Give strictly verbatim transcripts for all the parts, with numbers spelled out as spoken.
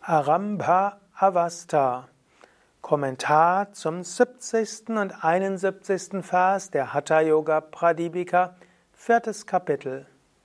Arambha Avastha. Kommentar zum siebzigsten und einundsiebzigsten Vers der Hatha Yoga Pradipika, viertes Kapitel.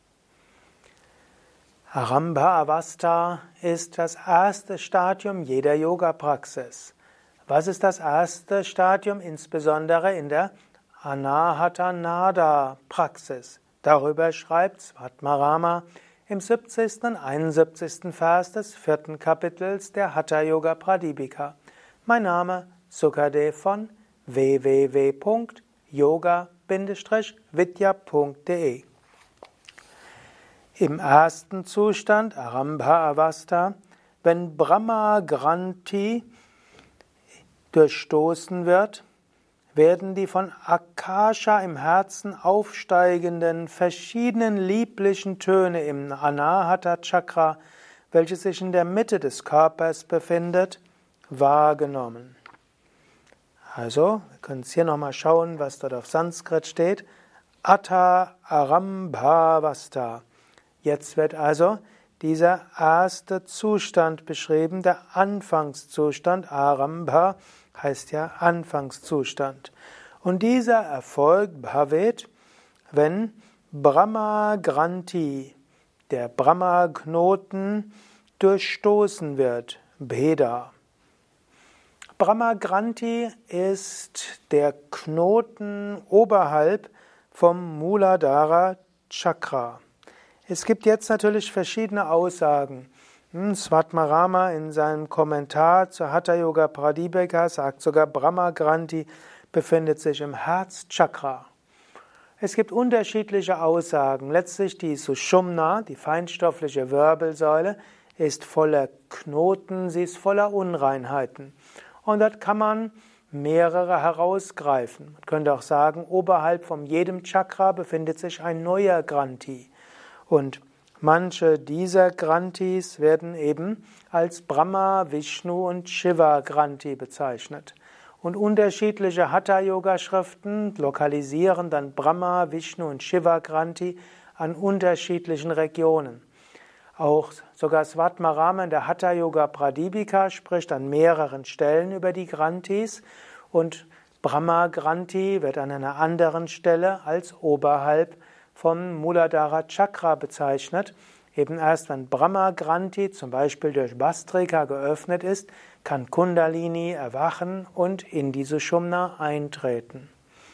Arambha Avastha ist das erste Stadium jeder Yoga-Praxis. Was ist das erste Stadium, insbesondere in der Anahata Nada Praxis? Darüber schreibt Svatmarama im siebzigsten und einundsiebzigsten Vers des vierten Kapitels der Hatha Yoga Pradipika. Mein Name Sukadev von w w w punkt yoga vidya punkt de. Im ersten Zustand, Arambha Avastha, wenn Brahma Granthi durchstoßen wird, werden die von Akasha im Herzen aufsteigenden verschiedenen lieblichen Töne im Anahata Chakra, welches sich in der Mitte des Körpers befindet, wahrgenommen. Also, wir können es hier nochmal schauen, was dort auf Sanskrit steht. Atha Arambha Avastha. Jetzt wird also dieser erste Zustand beschrieben, der Anfangszustand. Arambha heißt ja Anfangszustand. Und dieser Erfolg bhavet, wenn Brahma Granthi, der Brahma-Knoten, durchstoßen wird. Bheda. Brahma Granthi ist der Knoten oberhalb vom Muladhara Chakra. Es gibt jetzt natürlich verschiedene Aussagen. Svatmarama in seinem Kommentar zur Hatha Yoga Pradipika sagt sogar, Brahma Granthi befindet sich im Herzchakra. Es gibt unterschiedliche Aussagen. Letztlich die Sushumna, die feinstoffliche Wirbelsäule, ist voller Knoten, sie ist voller Unreinheiten. Und dort kann man mehrere herausgreifen. Man könnte auch sagen, oberhalb von jedem Chakra befindet sich ein neuer Granthi. Und manche dieser Granthis werden eben als Brahma, Vishnu und Shiva Granthi bezeichnet. Und unterschiedliche Hatha-Yoga-Schriften lokalisieren dann Brahma, Vishnu und Shiva Granthi an unterschiedlichen Regionen. Auch sogar Svatmarama in der Hatha Yoga Pradipika spricht an mehreren Stellen über die Granthis und Brahma Granthi wird an einer anderen Stelle als oberhalb vom Muladhara Chakra bezeichnet. Eben erst wenn Brahma Granthi zum Beispiel durch Bastrika geöffnet ist, kann Kundalini erwachen und in die Sushumna eintreten.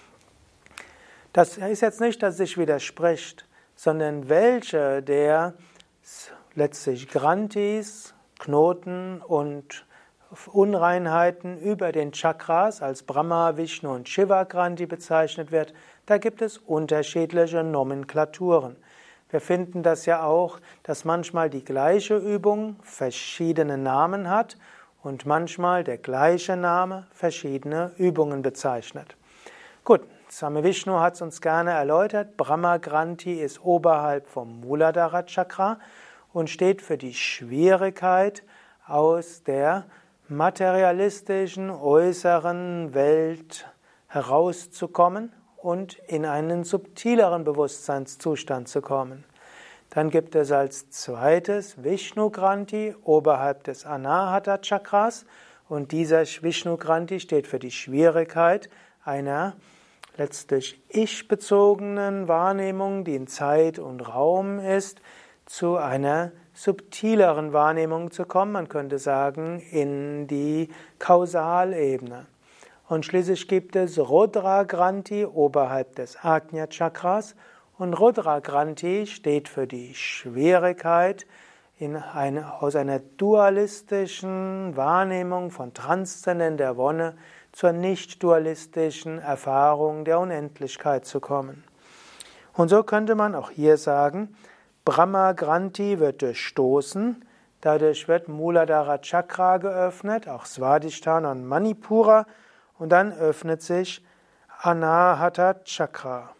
Das ist jetzt nicht, dass es sich widerspricht, sondern welche der letztlich Granthis, Knoten und Unreinheiten über den Chakras als Brahma, Vishnu und Shiva Granthi bezeichnet wird, da gibt es unterschiedliche Nomenklaturen. Wir finden das ja auch, dass manchmal die gleiche Übung verschiedene Namen hat und manchmal der gleiche Name verschiedene Übungen bezeichnet. Gut, Swami Vishnu hat es uns gerne erläutert. Brahma Granthi ist oberhalb vom Muladhara Chakra und steht für die Schwierigkeit, aus der materialistischen äußeren Welt herauszukommen und in einen subtileren Bewusstseinszustand zu kommen. Dann gibt es als zweites Vishnu Granthi oberhalb des Anahata Chakras und dieser Vishnu Granthi steht für die Schwierigkeit einer letztlich ich-bezogenen Wahrnehmung, die in Zeit und Raum ist, zu einer subtileren Wahrnehmung zu kommen, man könnte sagen, in die Kausalebene. Und schließlich gibt es Rudra Granthi oberhalb des Ajna Chakras und Rudra Granthi steht für die Schwierigkeit, in eine, aus einer dualistischen Wahrnehmung von transzendenter Wonne zur nicht-dualistischen Erfahrung der Unendlichkeit zu kommen. Und so könnte man auch hier sagen, Brahma Granthi wird durchstoßen, dadurch wird Muladhara Chakra geöffnet, auch Svadhisthana und Manipura, und dann öffnet sich Anahata Chakra.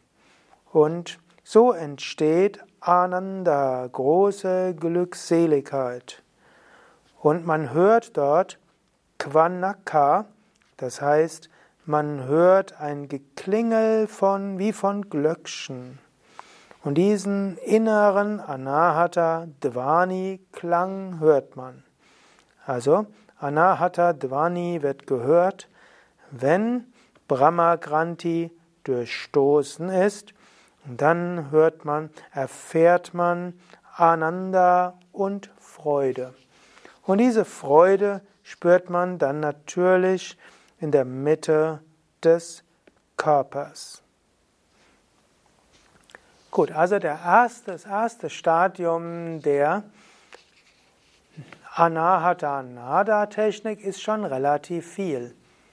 Und so entsteht Ananda, große Glückseligkeit. Und man hört dort Kvanaka, das heißt, man hört ein Geklingel von, wie von Glöckchen. Und diesen inneren Anahata Dvani Klang hört man. Also Anahata Dhvani wird gehört, wenn Brahmagranthi durchstoßen ist. Und dann hört man, erfährt man Ananda und Freude. Und diese Freude spürt man dann natürlich in der Mitte des Körpers. Gut, also der erste, das erste Stadium der Anahata-Nada-Technik ist schon relativ viel.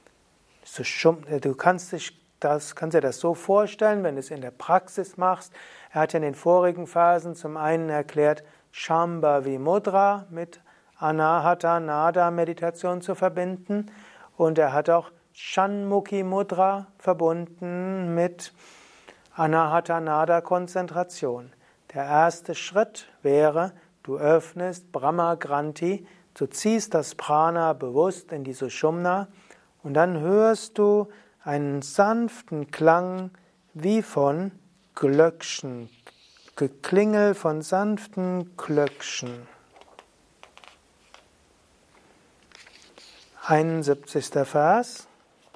Du kannst dich das, kannst dir das so vorstellen, wenn du es in der Praxis machst. Er hat ja in den vorigen Phasen zum einen erklärt, Shambhavi Mudra mit Anahata-Nada-Meditation zu verbinden. Und er hat auch Shanmukhi Mudra verbunden mit Anahata-Nada-Konzentration. Der erste Schritt wäre, du öffnest Brahmagranthi, du ziehst das Prana bewusst in die Sushumna und dann hörst du einen sanften Klang wie von Glöckchen, Geklingel von sanften Glöckchen. einundsiebzigster Vers.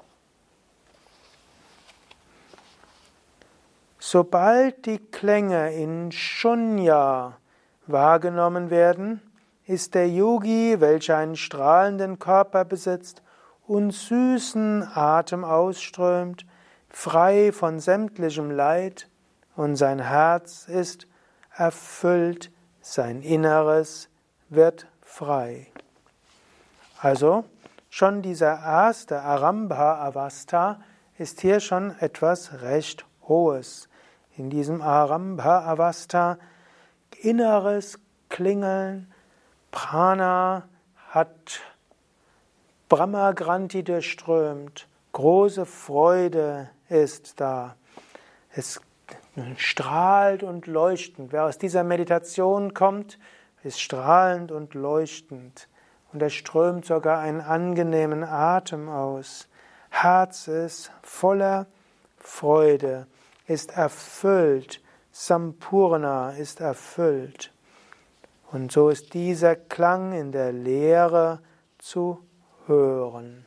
Sobald die Klänge in Shunya wahrgenommen werden, ist der Yogi, welcher einen strahlenden Körper besitzt und süßen Atem ausströmt, frei von sämtlichem Leid, und sein Herz ist erfüllt, sein Inneres wird frei. Also schon dieser erste Arambha-Avastha ist hier schon etwas recht Hohes. In diesem Arambha-Avastha inneres Klingeln, Prana hat Brahmagranthi durchströmt, große Freude ist da. Es strahlt und leuchtend. Wer aus dieser Meditation kommt, ist strahlend und leuchtend. Und er strömt sogar einen angenehmen Atem aus. Herz ist voller Freude, ist erfüllt. Sampurna ist erfüllt. Und so ist dieser Klang in der Lehre zu hören.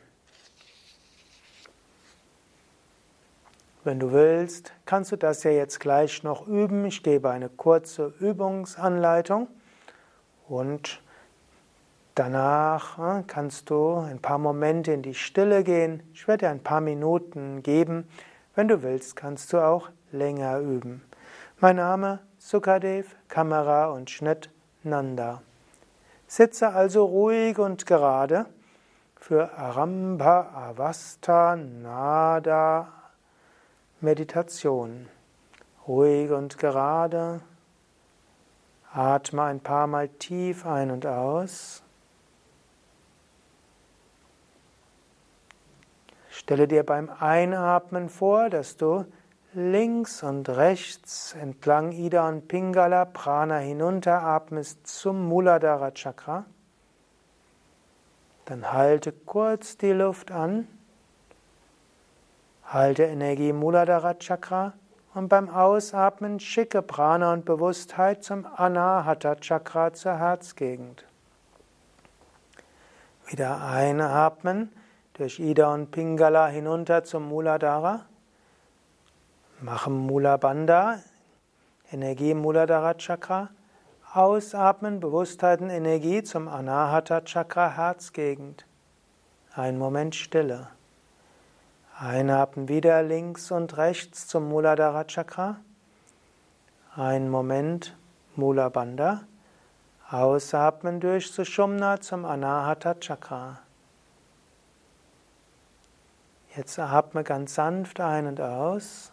Wenn du willst, kannst du das ja jetzt gleich noch üben. Ich gebe eine kurze Übungsanleitung und danach kannst du ein paar Momente in die Stille gehen. Ich werde dir ein paar Minuten geben. Wenn du willst, kannst du auch länger üben. Mein Name Sukadev, Kamera und Schnitt Nanda. Sitze also ruhig und gerade für Arambha Avastha Nada Meditation. Ruhig und gerade. Atme ein paar Mal tief ein und aus. Stelle dir beim Einatmen vor, dass du links und rechts entlang Ida und Pingala Prana hinunteratmest zum Muladhara Chakra. Dann halte kurz die Luft an. Halte Energie im Muladhara Chakra und beim Ausatmen schicke Prana und Bewusstheit zum Anahata Chakra zur Herzgegend. Wieder einatmen durch Ida und Pingala hinunter zum Muladhara. Mache Mula Bandha, Energie im Muladhara Chakra. Ausatmen, Bewusstheit und Energie zum Anahata Chakra, Herzgegend. Ein Moment Stille. Einatmen wieder links und rechts zum Muladhara Chakra. Ein Moment Mula Bandha. Ausatmen durch Sushumna zum Anahata Chakra. Jetzt atme ganz sanft ein und aus.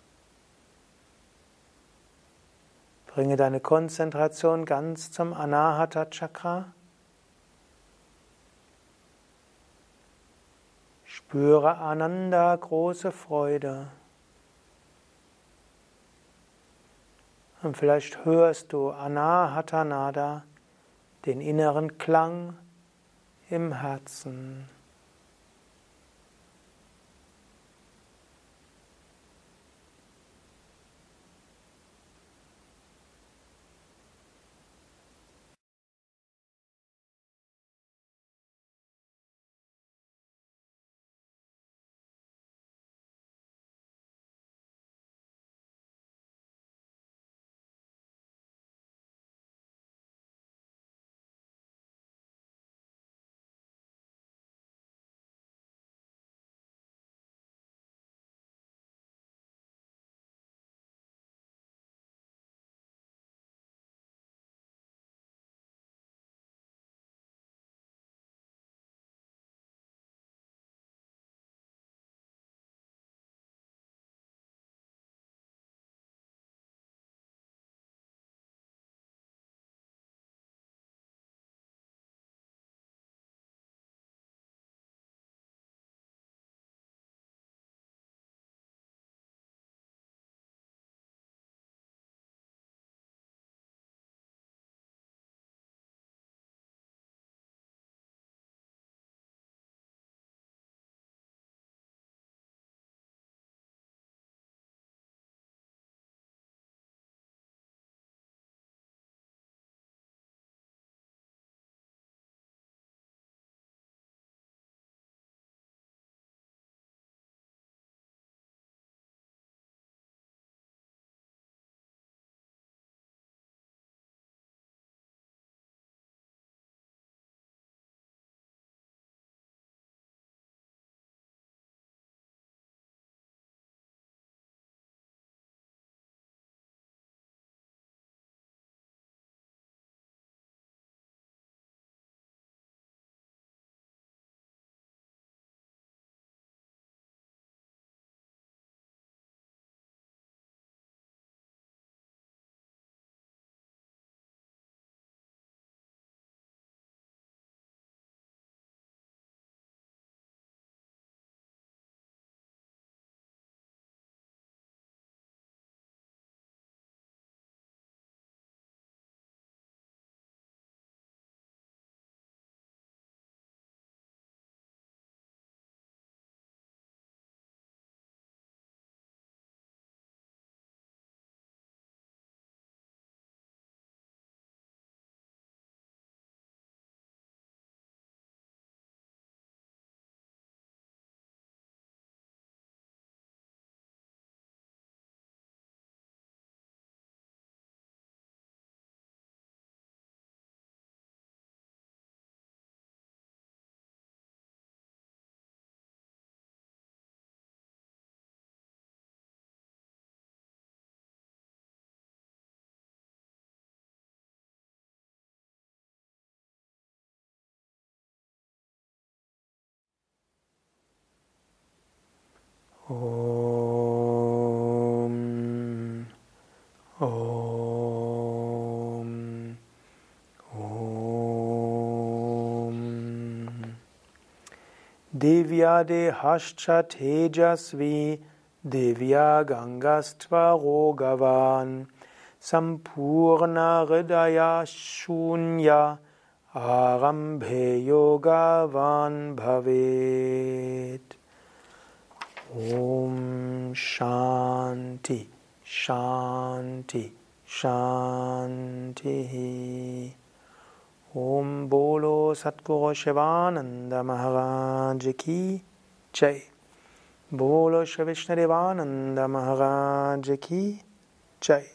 Bringe deine Konzentration ganz zum Anahata Chakra. Spüre Ananda, große Freude. Und vielleicht hörst du Anahata Nada, den inneren Klang im Herzen. Divya dehascha tejasvi Divya gangastva Sampurna hridaya shunya Arambhe yogavan bhavet. Om Shanti, Shanti, Shanti. Om Bolo Satguru Shivananda Maharaj Ki Jai. Bolo Shri Vishnadevananda Maharaj Ki Jai.